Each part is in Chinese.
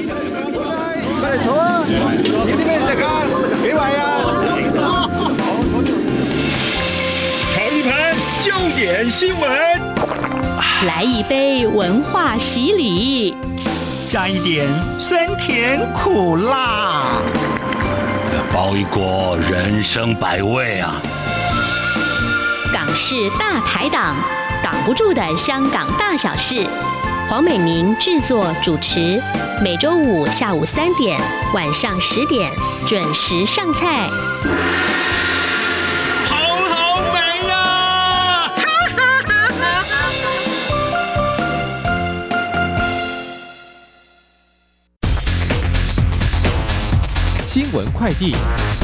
快坐啊！要啲咩食啊？幾位啊？ 炒一盘焦点新闻， 来一杯文化洗礼， 加一点酸甜苦辣， 包一锅人生百味啊！ 港式大排档，挡不住的香港大小事。黄美玲制作主持，每周五下午3点、晚上10点准时上菜。 好美呀！ 新闻快递。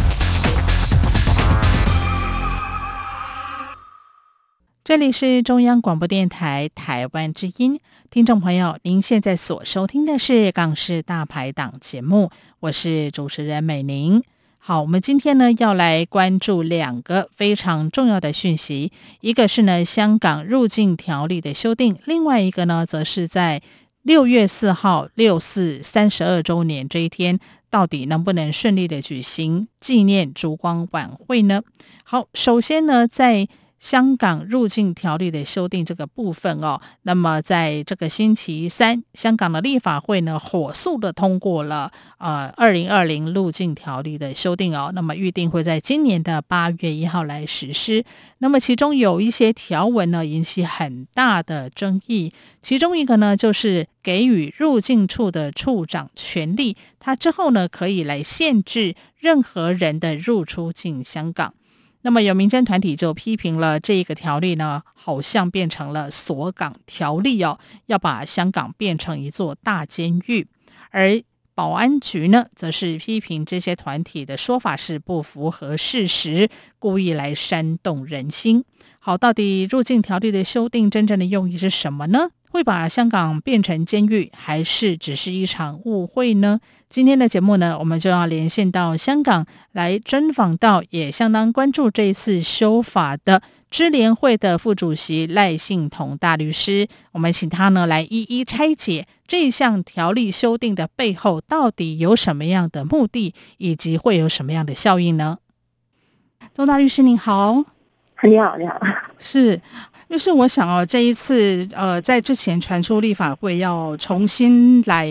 这里是中央广播电台台湾之音，听众朋友，您现在所收听的是港式大排档节目，我是主持人美玲。好，我们今天呢要来关注2个非常重要的讯息，一个是呢香港入境条例的修订，另外一个呢则是在6月4号6·4 32周年这一天，到底能不能顺利的举行纪念烛光晚会呢？好，首先呢在香港入境条例的修订这个部分那么在这个星期三，香港的立法会呢火速的通过了2020入境条例的修订那么预定会在今年的8月1号来实施。那么其中有一些条文呢引起很大的争议，其中一个呢就是给予入境处的处长权力，他之后呢可以来限制任何人的入出境香港。那么有民间团体就批评了这个条例呢，好像变成了锁港条例要把香港变成一座大监狱。而保安局呢，则是批评这些团体的说法是不符合事实，故意来煽动人心。好，到底入境条例的修订真正的用意是什么呢？会把香港变成监狱，还是只是一场误会呢？今天的节目呢，我们就要连线到香港来专访到也相当关注这一次修法的支联会的副主席赖信彤大律师，我们请他呢来一一拆解这项条例修订的背后到底有什么样的目的，以及会有什么样的效应呢？周大律师您好。 你好。 是，就是我想这一次在之前传出立法会要重新来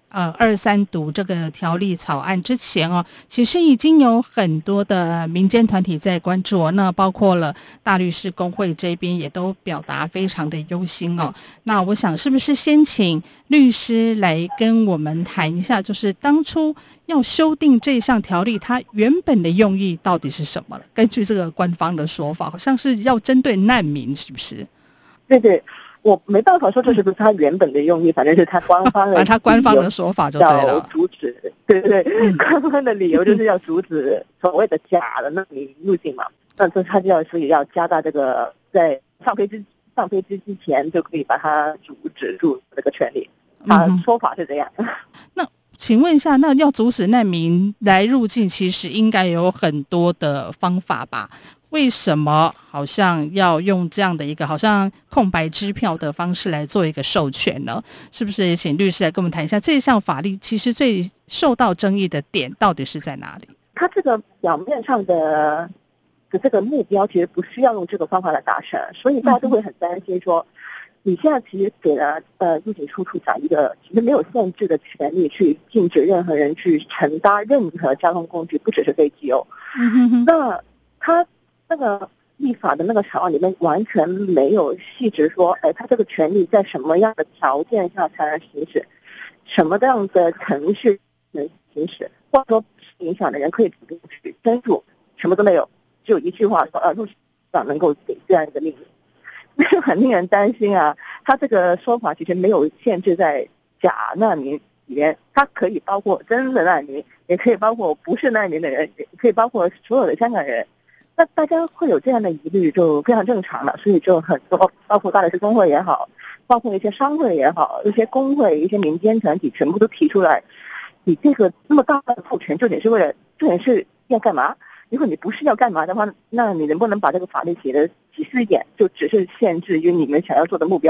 2、3读这个条例草案之前其实已经有很多的民间团体在关注那包括了大律师公会这边也都表达非常的忧心那我想是不是先请律师来跟我们谈一下，就是当初要修订这项条例它原本的用意到底是什么了？根据这个官方的说法，好像是要针对难民，是不是？ 对，我没办法说这是不是他原本的用意，反正是他官方的他官方的说法就对了， 要阻止，对，官方的理由就是要阻止所谓的假的难民入境嘛。那这他所以要加大这个在上飞机之前就可以把它阻止住这个权利。说法是这样。 那请问一下，那要阻止难民来入境，其实应该有很多的方法吧？为什么好像要用这样的一个好像空白支票的方式来做一个授权呢？是不是也请律师来跟我们谈一下这项法律其实最受到争议的点到底是在哪里？ 它这个表面上的这个目标其实不需要用这个方法来达成，所以大家都会很担心说，你现在其实给了入境处处长一个其实没有限制的权利，去禁止任何人去乘搭任何交通工具，不只是飞机那他那个立法的那个草案里面完全没有细致说，他这个权利在什么样的条件下才能行使，什么样的程序能行使，或者说影响的人可以主动去申诉，什么都没有，只有一句话说入境长能够给这样一个命令。那就很令人担心啊！他这个说法其实没有限制在假难民里面，它可以包括真的难民，也可以包括不是难民的人，也可以包括所有的香港人。那大家会有这样的疑虑就非常正常了，所以就很多，包括大律师公会也好，包括一些商会也好，一些工会、一些民间团体，全部都提出来，你这个那么大的授权，重点是要干嘛？如果你不是要干嘛的话，那你能不能把这个法律写得细致一点，就只是限制于你们想要做的目标，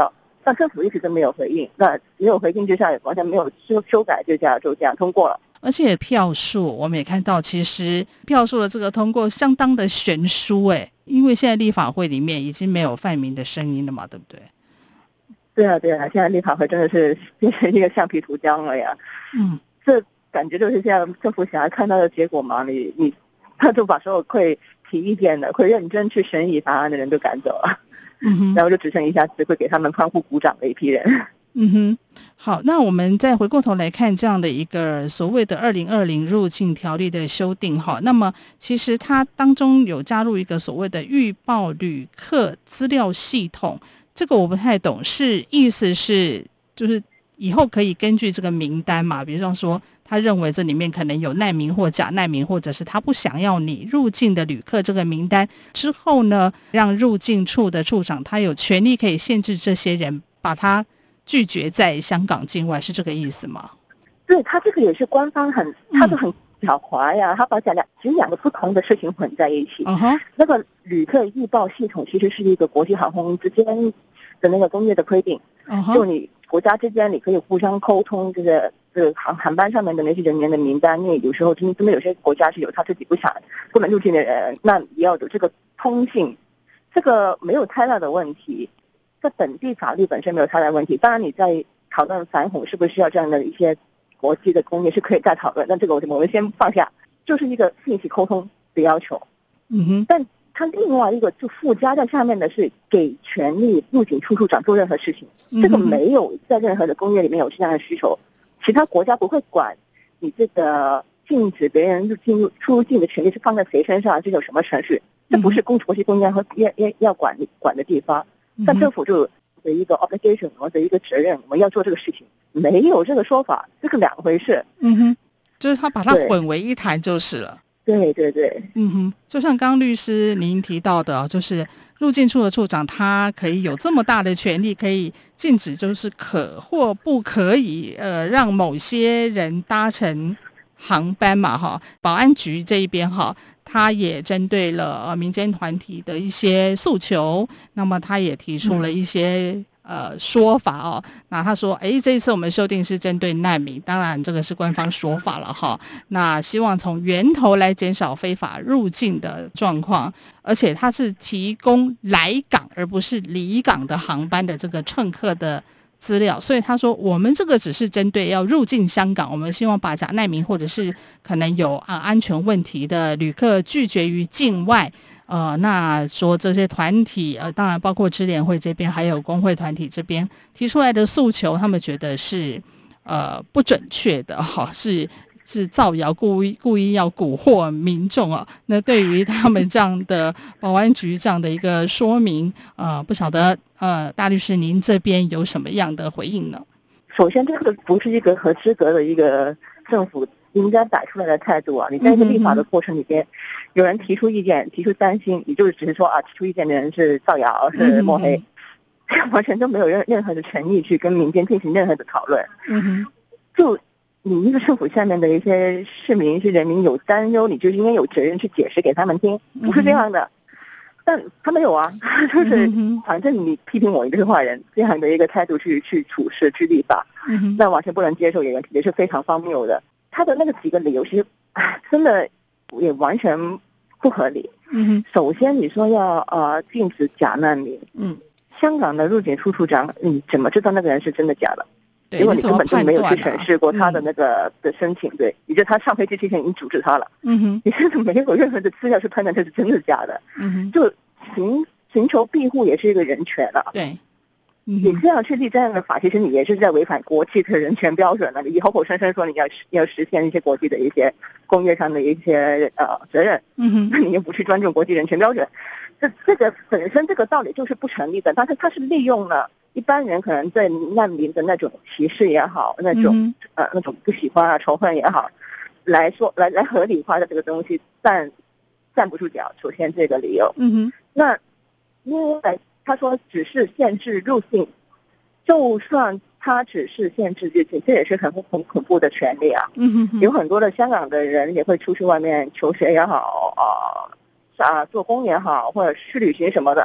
但政府一直都没有回应，那没有回应之下，也完全没有修改，就这样通过了。 而且票数我们也看到，其实票数的这个通过相当的悬殊因为现在立法会里面已经没有泛民的声音了嘛，对不对？ 对啊，现在立法会真的是变成一个橡皮图章了呀。这感觉就是现在政府想要看到的结果嘛，他就把所有会提意见的、会认真去审议法案的人都赶走了，然后就只剩一下只会给他们欢呼鼓掌的一批人。 好，那我们再回过头来看这样的一个所谓的2020入境条例的修订那么其实它当中有加入一个所谓的预报旅客资料系统，这个我不太懂，意思是就是以后可以根据这个名单嘛，比如说他认为这里面可能有难民或假难民，或者是他不想要你入境的旅客这个名单之后呢，让入境处的处长他有权利可以限制这些人，把他拒绝在香港境外，是这个意思吗？ 对，他这个也是官方他就很狡猾呀，他把其实两个不同的事情混在一起。那个旅客预报系统其实是一个国际航空之间的那个公约的规定，就你国家之间你可以互相沟通这个航班上面的那些人员的名单，因为有时候真的有些国家是有他自己不能入境的人，那也要有这个通信，这个没有太大的问题，在本地法律本身没有太大的问题。当然你在讨论反恐是不是需要这样的一些国际的公约是可以再讨论，但这个我们先放下，就是一个信息沟通的要求。但它另外一个就附加在下面的是给权利入境处处长做任何事情，这个没有在任何的公约里面有这样的需求，其他国家不会管你这个禁止别人出入境的权利是放在谁身上，这有什么程序，这不是国际公约和要管的地方。但政府就的一个 obligation 或者一个责任，我们要做这个事情，没有这个说法，这是两回事。 就是他把它混为一谈就是了。 对， 就像刚刚律师您提到的，就是入境处的处长他可以有这么大的权利，可以禁止就是可或不可以让某些人搭乘航班嘛保安局这一边他也针对了民间团体的一些诉求，那么他也提出了一些说法那他说这一次我们修订是针对难民，当然这个是官方说法了那希望从源头来减少非法入境的状况，而且他是提供来港而不是离港的航班的这个乘客的资料，所以他说我们这个只是针对要入境香港，我们希望把假难民或者是可能有安全问题的旅客拒绝于境外。那说这些团体当然包括支联会这边还有工会团体这边提出来的诉求，他们觉得是不准确的是造谣，故意要蛊惑民众那对于他们这样的保安局这样的一个说明不晓得大律师您这边有什么样的回应呢？ 首先这个不是一个合资格的一个政府应该摆出来的态度你在一个立法的过程里边有人提出意见提出担心，你就只是说提出意见的人是造谣是抹黑，完全都没有任何的权利去跟民间进行任何的讨论。就你一个政府下面的一些市民一些人民有担忧，你就应该有责任去解释给他们听，不是这样的。但他没有就是反正你批评我一个是坏人这样的一个态度去处事去立法，那完全不能接受，也是非常荒谬的。他的那个几个理由其实真的也完全不合理。首先你说要禁止假难民，香港的入境处处长你怎么知道那个人是真的假的？因为你根本就没有去审视过他的那个的申请，对，你觉得他上飞机之前已经阻止他了，你真的没有任何的资料去判断这是真的假的，就寻求庇护也是一个人权了， 对。 你这样去立这样的法，其实你也是在违反国际的人权标准了。你口口声声说你要实现一些国际的一些公约上的一些责任，那你又不去尊重国际人权标准，这个本身这个道理就是不成立的。但是他是利用了一般人可能对难民的那种歧视也好，那种不喜欢仇恨也好，来说来合理化的这个东西，但站不住脚。首先这个理由，那因为他说只是限制入境，就算他只是限制入境，这也是很恐怖的权利有很多的香港的人也会出去外面求学也好做工也好，或者去旅行什么的，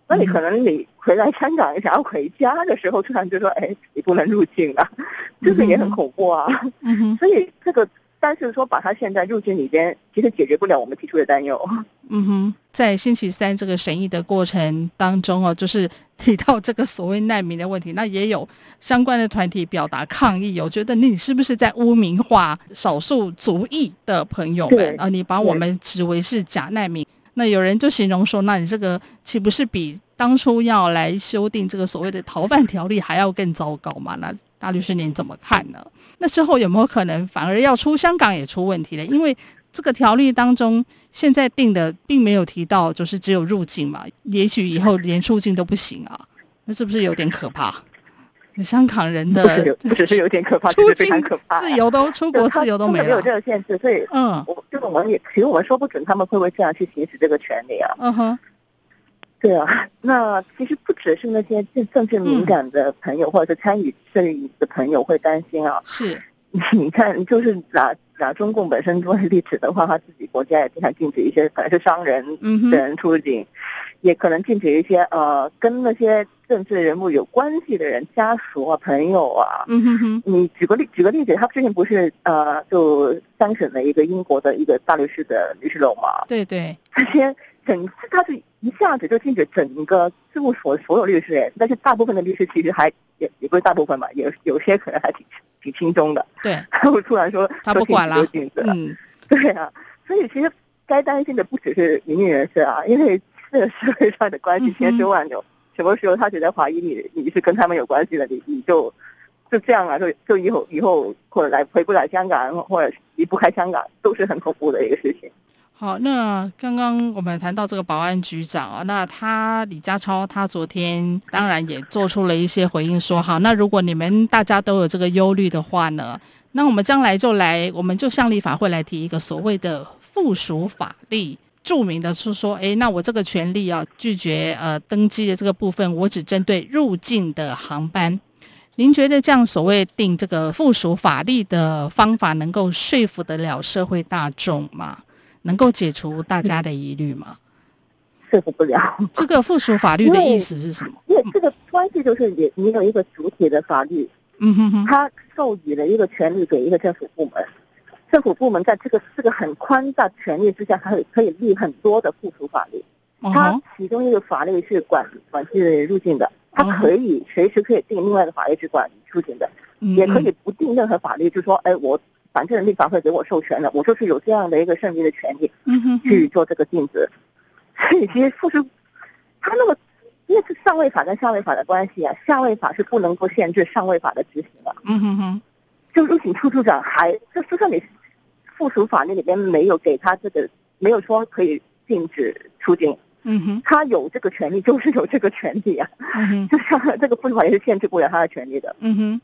那你可能你回来香港想要回家的时候，突然就说，哎，你不能入境了，这个也很恐怖啊。所以这个，但是说把它现在入境里边，其实解决不了我们提出的担忧。 在星期三这个审议的过程当中哦，就是提到这个所谓难民的问题，那也有相关的团体表达抗议，我觉得你是不是在污名化少数族裔的朋友们啊？你把我们指为是假难民，那有人就形容说，那你这个岂不是比当初要来修订这个所谓的逃犯条例还要更糟糕吗？那大律师您怎么看呢？那之后有没有可能反而要出香港也出问题了？因为这个条例当中现在定的并没有提到就是只有入境嘛，也许以后连出境都不行啊，那是不是有点可怕？香港人的不只是有点可怕， 出境非常可怕， 自由都出国自由都没了， 没有这个限制，所以其实我们说不准他们会不会这样去行使这个权利啊。对啊，那其实不只是那些政治敏感的朋友，或者是参与这里的朋友会担心啊。 是， 你看，就是拿中共本身作为例子的话，他自己国家也经常禁止一些可能是商人的人出境，也可能禁止一些跟那些政治人物有关系的人家属啊、朋友啊。你举个例子，他之前不是就当选了一个英国的一个大律师的律师楼嘛？对，这些他是一下子就禁止整个事务所所有律师，但是大部分的律师其实也不是大部分嘛，有些可能还挺轻松的。对，他会突然说他不管了， 对啊，所以其实该担心的不只是民运人士啊，因为这个社会上的关系千丝万缕，什么时候他觉得怀疑你是跟他们有关系的，你就这样啊，就以后或者回不来香港，或者离不开香港，都是很恐怖的一个事情。 好，那刚刚我们谈到这个保安局长啊，那李家超他昨天当然也做出了一些回应说，好，那如果你们大家都有这个忧虑的话呢，那我们将来我们就向立法会来提一个所谓的附属法例，注明的是说，那我这个权利啊，拒绝登记的这个部分，我只针对入境的航班。您觉得这样所谓定这个附属法例的方法能够说服得了社会大众吗？能够解除大家的疑虑吗？ 说服不了。 这个附属法律的意思是什么？ 因为这个关系就是你有一个主体的法律，它授予了一个权利给一个政府部门，政府部门在这个很宽大权力之下，它可以立很多的附属法律。它其中一个法律是管制入境的，它可以随时可以定另外的法律去管入境的，也可以不定任何法律，就说我反正立法会给我授权了，我就是有这样的一个胜利的权利去做这个禁止。所以其实附属它那个因为是上位法跟下位法的关系啊，下位法是不能够限制上位法的执行的。就入境处处长就算你附属法律里边没有给他这个，没有说可以禁止出境，他有这个权利就是有这个权利啊。就像这个附属法律是限制不了他的权利的。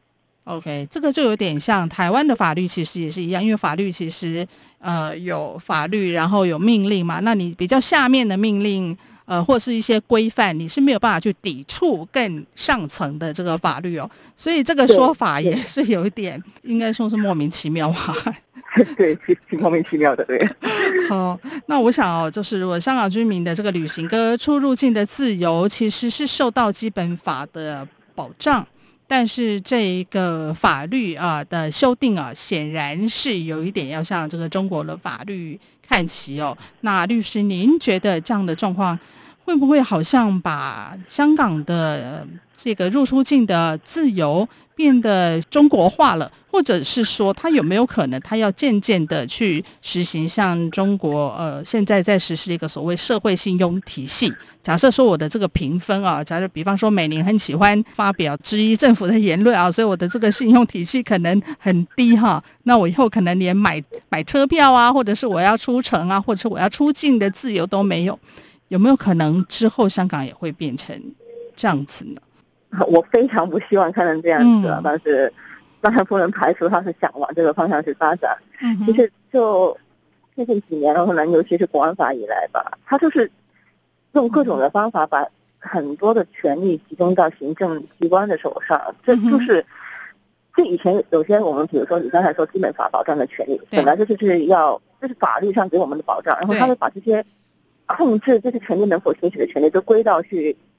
OK， 这个就有点像台湾的法律，其实也是一样，因为法律其实有法律，然后有命令嘛，那你比较下面的命令或是一些规范，你是没有办法去抵触更上层的这个法律哦，所以这个说法也是有一点应该说是莫名其妙吧。 对，挺莫名其妙的，对。 好，那我想就是如果香港居民的这个旅行跟出入境的自由其实是受到基本法的保障，但是这一个法律的修订显然是有一点要向这个中国的法律看齐哦。那律师，您觉得这样的状况会不会好像把香港的这个入出境的自由变得中国化了，或者是说它有没有可能它要渐渐的去实行像中国现在在实施一个所谓社会信用体系？假设说我的这个评分假设比方说美玲很喜欢发表质疑政府的言论所以我的这个信用体系可能很低那我以后可能连买车票或者是我要出城或者是我要出境的自由都没有，有没有可能之后香港也会变成这样子呢？ 我非常不希望看成这样子但是当然不能排除他是想往这个方向去发展。其实就最近几年可能尤其是国安法以来吧，他就是用各种的方法把很多的权力集中到行政机关的手上。这就是就以前有些我们比如说你刚才说基本法保障的权利，本来就是法律上给我们的保障，然后他会把这些控制这些权利能否行使的权利都归到去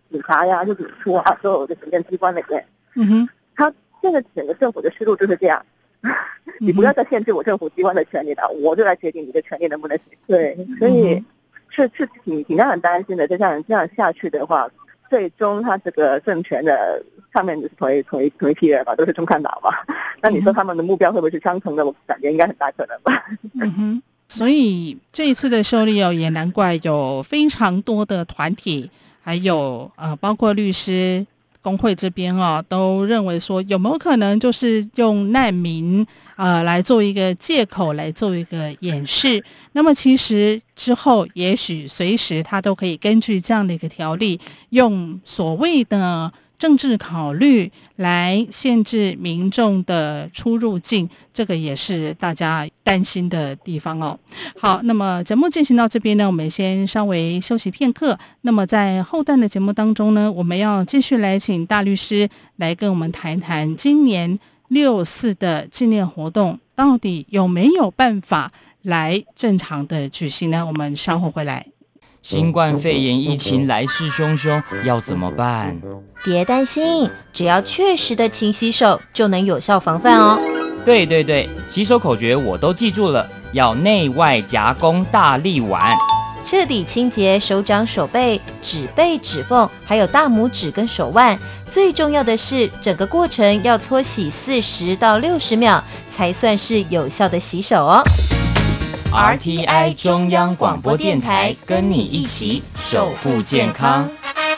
警察呀，就警处啊，所有的行政机关那边，他现在整个政府的思路就是这样。你不要再限制我政府机关的权利了，我就来决定你的权利能不能行。对，所以是挺让人担心的。就像这样下去的话，最终他这个政权的上面就是同一批人嘛，都是中看党嘛。那你说他们的目标会不会是相同的？我感觉应该很大可能吧。 所以这一次的受理也难怪有非常多的团体，还有包括律师工会这边都认为说有没有可能就是用难民来做一个借口，来做一个掩饰。那么其实之后也许随时他都可以根据这样的一个条例，用所谓的政治考虑来限制民众的出入境，这个也是大家担心的地方哦。好，那么节目进行到这边呢，我们先稍微休息片刻。那么在后段的节目当中呢，我们要继续来请大律师来跟我们谈谈今年6·4的纪念活动到底有没有办法来正常的举行呢？我们稍后回来。 新冠肺炎疫情来势汹汹，要怎么办？ 别担心，只要确实的勤洗手，就能有效防范哦。 对，洗手口诀我都记住了，要内外夹攻大力丸， 彻底清洁手掌、手背、指背、指缝，还有大拇指跟手腕。最重要的是，整个过程要搓洗40到60秒，才算是有效的洗手哦。 RTI 中央广播电台，跟你一起守护健康。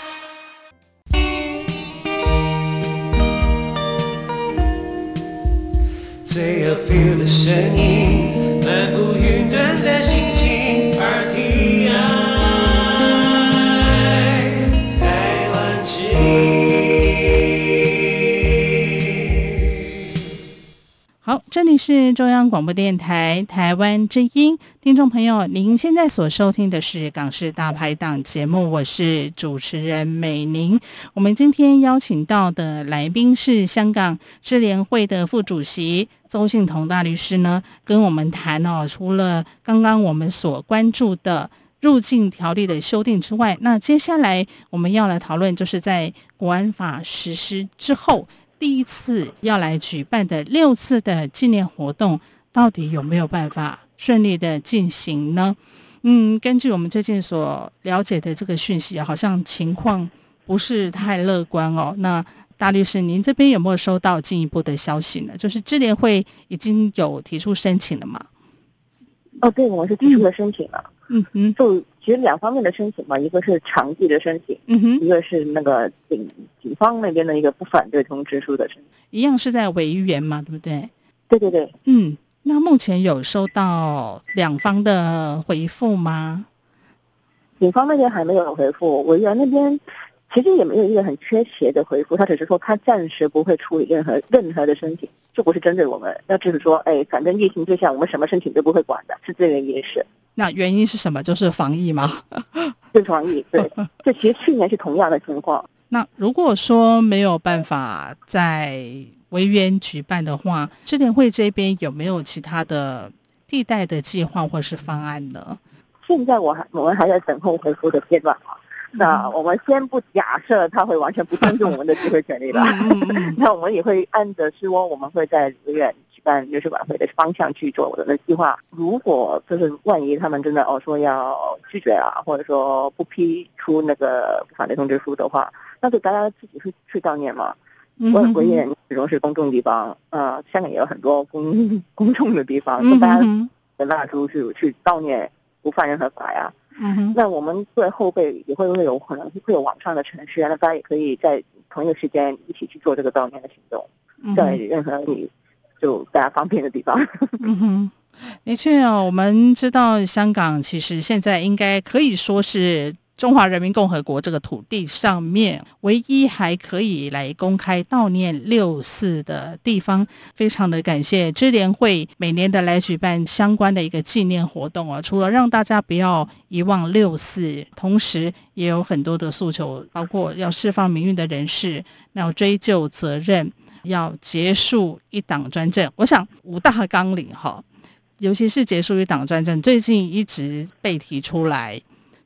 最有 feel 的声音，漫步云端的心情。RTI 台湾之音。 好，这里是中央广播电台台湾之音，听众朋友，您现在所收听的是港式大排档节目，我是主持人美玲。我们今天邀请到的来宾是香港支联会的副主席邹幸彤大律师呢，跟我们谈除了刚刚我们所关注的入境条例的修订之外，那接下来我们要来讨论就是在国安法实施之后第一次要来举办的6·4的纪念活动，到底有没有办法顺利的进行呢？根据我们最近所了解的这个讯息，好像情况不是太乐观哦。那大律师，您这边有没有收到进一步的消息呢？就是支联会已经有提出申请了吗？ 对，我们是提出了申请了。就其实2方面的申请嘛，一个是场地的申请，一个是那个警方那边的一个不反对通知书的申请， 一样是在维园嘛，对不对？ 对。 那目前有收到2方的回复吗？ 警方那边还没有回复，维园那边其实也没有一个很确切的回复，他只是说他暂时不会处理任何的申请，就不是针对我们，那只是说，反正疫情之下我们什么申请都不会管的，是这个意思。 那原因是什么？就是防疫吗？ 是防疫，对。这其实去年是同样的情况。 那如果说没有办法在维园举办的话，支联会这边有没有其他的替代的计划或是方案呢？ 现在我们还在等候回复的阶段嘛。那我们先不假设他会完全不尊重我们的机会权利了。那我们也会按着说我们会在维园举办律师晚会的方向去做我们的计划。如果就是万一他们真的说要拒绝啊，或者说不批出那个反对通知书的话，那就大家自己去悼念嘛。维园始终是公众地方，香港也有很多公众的地方，就大家的蜡烛去悼念不犯任何法呀。那我们对后辈也会有可能会有网上的程序啊，那大家也可以在同一个时间一起去做这个悼念的行动，在任何你就大家方便的地方。 的确我们知道香港其实现在应该可以说是中华人民共和国这个土地上面唯一还可以来公开悼念6·4的地方，非常的感谢支联会每年的来举办相关的一个纪念活动除了让大家不要遗忘6·4，同时也有很多的诉求，包括要释放民运的人士，要追究责任，要结束一党专政。我想5大纲领尤其是结束一党专政最近一直被提出来，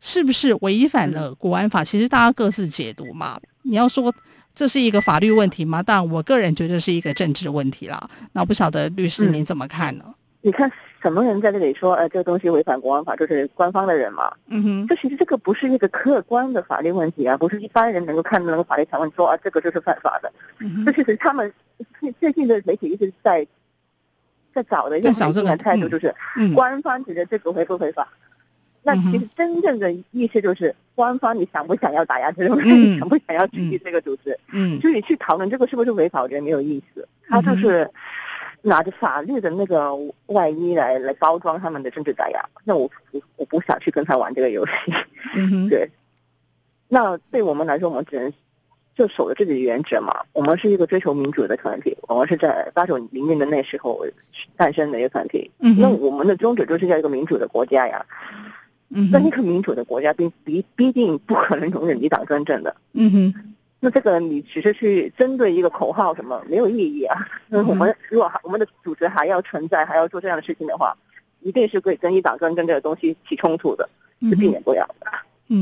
是不是违反了国安法？其实大家各自解读嘛。你要说这是一个法律问题吗？当然我个人觉得是一个政治问题啦。那不晓得律师您怎么看呢？ 你看什么人在这里说这个东西违反国安法，就是官方的人嘛。其实这个不是一个客观的法律问题啊，不是一般人能够看到那个法律条文说这个就是犯法的。这其实他们最近的媒体一直在找的一个态度，就是官方觉得这个违不违法。那其实真正的意思就是官方你想不想要打压这种人，你想不想要取缔这个组织。所以去讨论这个是不是违法，我觉得没有意思。他就是拿着法律的那个外衣来包装他们的政治打压。那我不想去跟他玩这个游戏。对。那对我们来说，我们只能就守着自己的原则嘛。我们是一个追求民主的团体，我们是在89、00年的那时候诞生的一个团体。那我们的宗旨就是要一个民主的国家呀。那一个民主的国家必定不可能容忍一党专政的。那这个你只是去针对一个口号什么没有意义啊。我们如果我们的组织还要存在，还要做这样的事情的话，一定是会跟一党专政这个东西起冲突的，是避免不了的。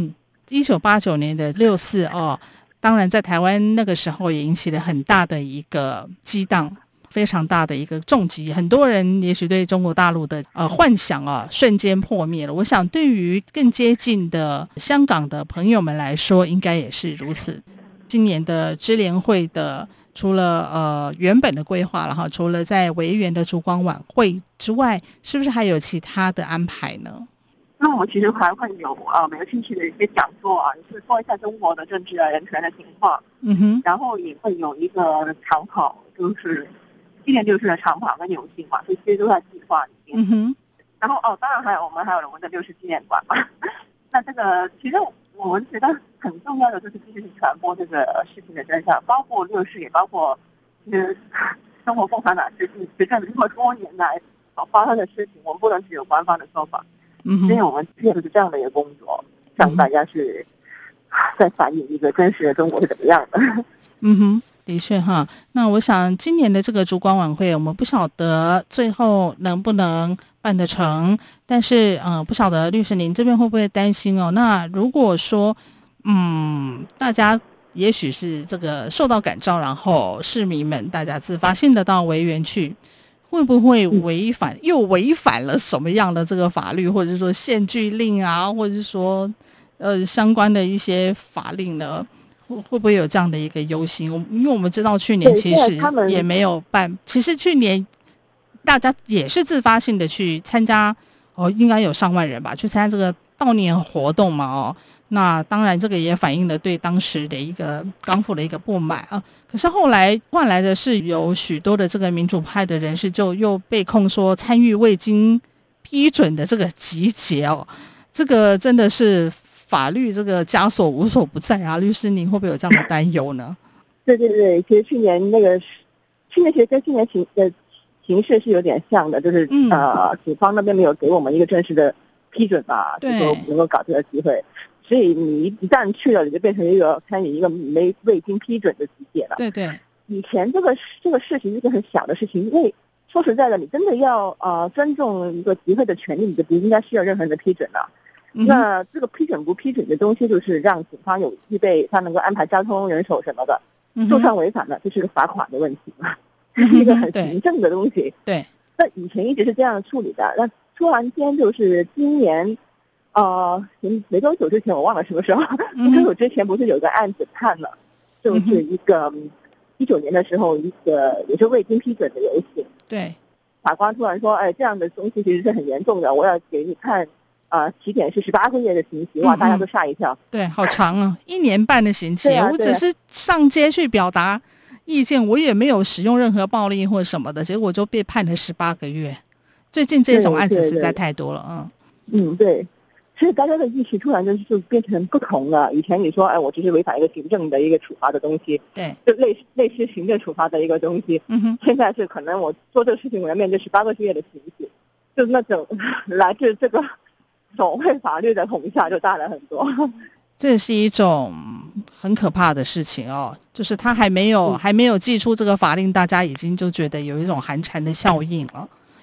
1989年的6·4当然在台湾那个时候也引起了很大的一个激荡，非常大的一个重击，很多人也许对中国大陆的幻想瞬间破灭了。我想对于更接近的香港的朋友们来说，应该也是如此。今年的支联会的除了原本的规划了哈，除了在维园的烛光晚会之外，是不是还有其他的安排呢？ 那我们其实还会有每个星期的一些讲座啊，就是说一下中国的政治人权的情况。然后也会有一个长跑，就是纪念60的长跑跟游行嘛，所以这些都在计划里面。然后当然我们还有我们的60纪念馆嘛。那这个其实我们觉得很重要的就是继续传播这个事情的真相，包括60，也包括中国共产党执政这么多年来发生的事情，我们不能只有官方的说法。所以我们做的是这样的一个工作，让大家是在反映一个真实的中国是怎么样的。 的确哈。那我想今年的这个烛光晚会，我们不晓得最后能不能办得成，但是不晓得律师您这边会不会担心那如果说大家也许是这个受到感召，然后市民们大家自发性的到维园去，会不会又违反了什么样的这个法律，或者说限聚令啊，或者是说相关的一些法令呢？会不会有这样的一个忧心？因为我们知道去年其实也没有办，其实去年大家也是自发性的去参加应该有上万人吧，去参加这个悼念活动嘛那当然这个也反映了对当时的一个港府的一个不满可是后来换来的是有许多的这个民主派的人士就又被控说参与未经批准的这个集结这个真的是法律这个枷锁无所不在律师您会不会有这样的担忧呢？ 对，其实去年其实跟去年形势是有点像的，就是警方那边没有给我们一个正式的批准吧，就说能够搞这个机会，所以你一旦去了，你就变成一个参与一个未经批准的集结了。 对， 以前这个事情是一个很小的事情，因为说实在的，你真的要尊重一个集会的权利，你就不应该需要任何人的批准了。那这个批准不批准的东西，就是让警方有预备，他能够安排交通人手什么的。就算违反了，这是个罚款的问题嘛，这是一个很行政的东西。 对， 那以前一直是这样处理的。那突然间就是今年，没多久之前，我忘了什么时候，没多久之前不是有个案子判了，就是一个19年的时候一个也是未经批准的游行。 对， 法官突然说，这样的东西其实是很严重的，我要给你看。起点是18个月的刑期，哇，大家都吓一跳。 对，好长1年半的刑期。我只是上街去表达意见，我也没有使用任何暴力或什么的，结果就被判了18个月。最近这种案子实在太多了。 对，所以大家的意识突然就变成不同了。以前你说，我只是违反一个行政的一个处罚的东西， 对， 就类似行政处罚的一个东西。现在是可能我做这个事情，我要面对18个月的刑期，就那种来自这个。所谓法律的统下就大了很多， 这是一种很可怕的事情就是他还没有祭出这个法令，大家已经就觉得有一种寒蝉的效应了。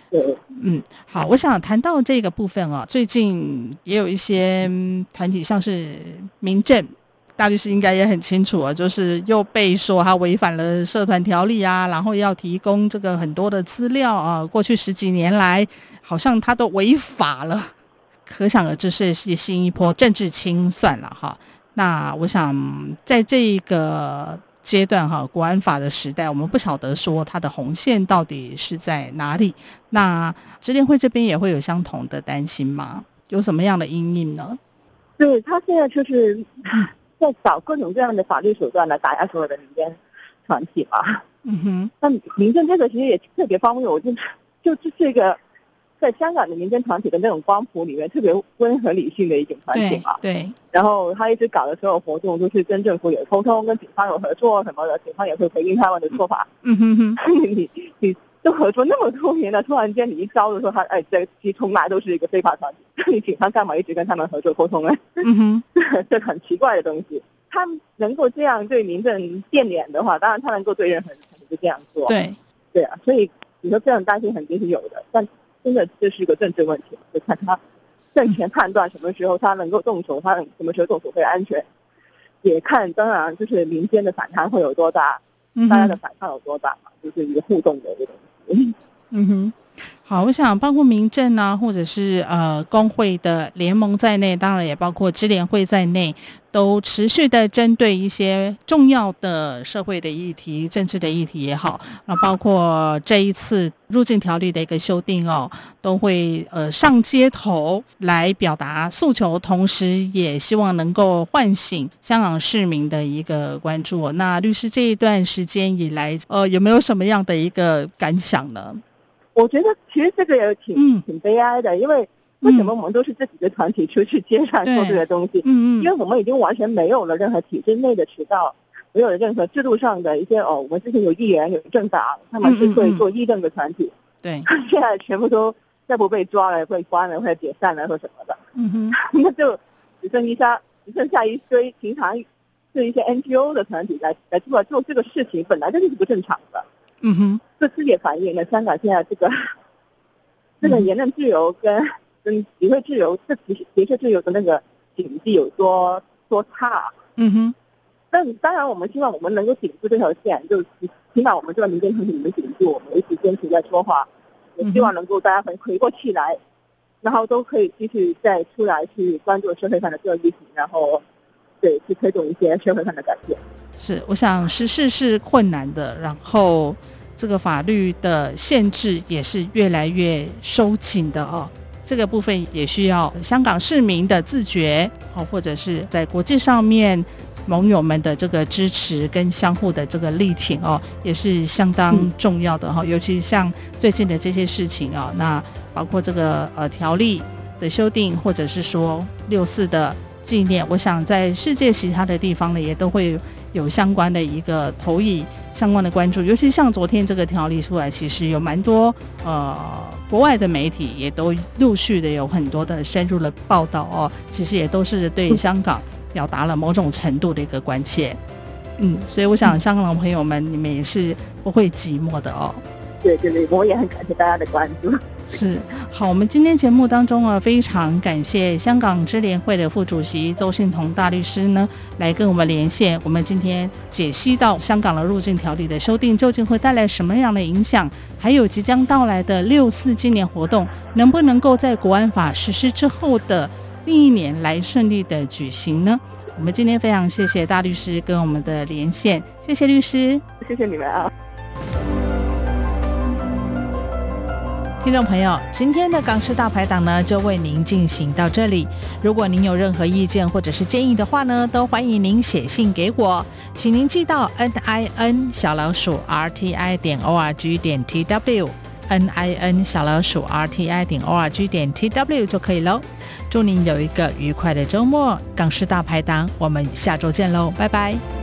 对， 好，我想谈到这个部分哦，最近也有一些团体，像是民政，大律师应该也很清楚啊，就是又被说他违反了社团条例啊，然后要提供这个很多的资料啊，过去10几年来好像他都违法了，可想而知是新一波政治清算了哈。那我想在这个阶段哈，国安法的时代，我们不晓得说它的红线到底是在哪里。那支联会这边也会有相同的担心吗？有什么样的因应呢？ 对，他现在就是在找各种各样的法律手段来打压所有的民间团体嘛。那民政这个其实也特别方便，我就是一个在香港的民间团体的那种光谱里面特别温和理性的一种团体嘛。 对。然后他一直搞的所有活动都是跟政府有沟通，跟警方有合作什么的，警方也会回应他们的做法。你都合作那么多年了，突然间你一招的时候，这其实从来都是一个非法团体，你警方干嘛一直跟他们合作沟通呢？这很奇怪的东西。他能够这样对民政变脸的话，当然他能够对任何人就这样做。对啊，所以你说这种担心肯定是有的，但真的这是一个政治问题，就看他政权判断什么时候他能够动手，他什么时候动手会安全，也看当然就是民间的反弹会有多大，大家的反抗有多大嘛，就是一个互动的一个东西。 好，我想包括民政啊，或者是工会的联盟在内，当然也包括支联会在内，都持续的针对一些重要的社会的议题、政治的议题也好，那包括这一次入境条例的一个修订哦，都会上街头来表达诉求，同时也希望能够唤醒香港市民的一个关注。那律师这一段时间以来，有没有什么样的一个感想呢？ 我觉得其实这个也挺悲哀的，因为为什么我们都是自己的团体出去街上做这些东西？因为我们已经完全没有了任何体制内的渠道，没有了任何制度上的一些我们之前有议员有政党，他们是会做议政的团体， 对， 现在全部都再不被抓了、被关了、或者解散了或什么的，那就只剩下一堆平常是一些 NGO 的团体来出来做这个事情，本来就是不正常的。这次也反映了香港现在这个言论自由跟集会自由、结社自由的那个境地有多差。但当然我们希望我们能够顶住这条线，就起码我们这个民间团体能顶住，我们一起坚持在说话，也希望能够大家回过气来，然后都可以继续再出来去关注社会上的这个议题，然后对去推动一些社会上的改变。是， 我想时事是困难的，然后这个法律的限制也是越来越收紧的哦。这个部分也需要香港市民的自觉，或者是在国际上面盟友们的这个支持跟相互的这个力挺哦，也是相当重要的哈。尤其像最近的这些事情啊，那包括这个条例的修订，或者是说6·4的纪念，我想在世界其他的地方呢，也都会有相关的一个投以相关的关注。尤其像昨天这个条例出来，其实有蛮多国外的媒体也都陆续的有很多的深入的报道哦，其实也都是对香港表达了某种程度的一个关切。所以我想香港的朋友们，你们也是不会寂寞的哦。对对对，我也很感谢大家的关注。是，好，我们今天节目当中非常感谢香港支联会的副主席周信彤大律师呢，来跟我们连线。我们今天解析到香港的入境条例的修订究竟会带来什么样的影响，还有即将到来的6·4纪念活动能不能够在国安法实施之后的另一年来顺利的举行呢？我们今天非常谢谢大律师跟我们的连线，谢谢律师。谢谢你们啊。听众朋友，今天的港式大排档呢，就为您进行到这里。如果您有任何意见或者是建议的话呢，都欢迎您写信给我，请您寄到 NIN@RTI.org.TW NIN@RTI.org.TW 就可以咯。祝您有一个愉快的周末，港式大排档，我们下周见喽，拜拜。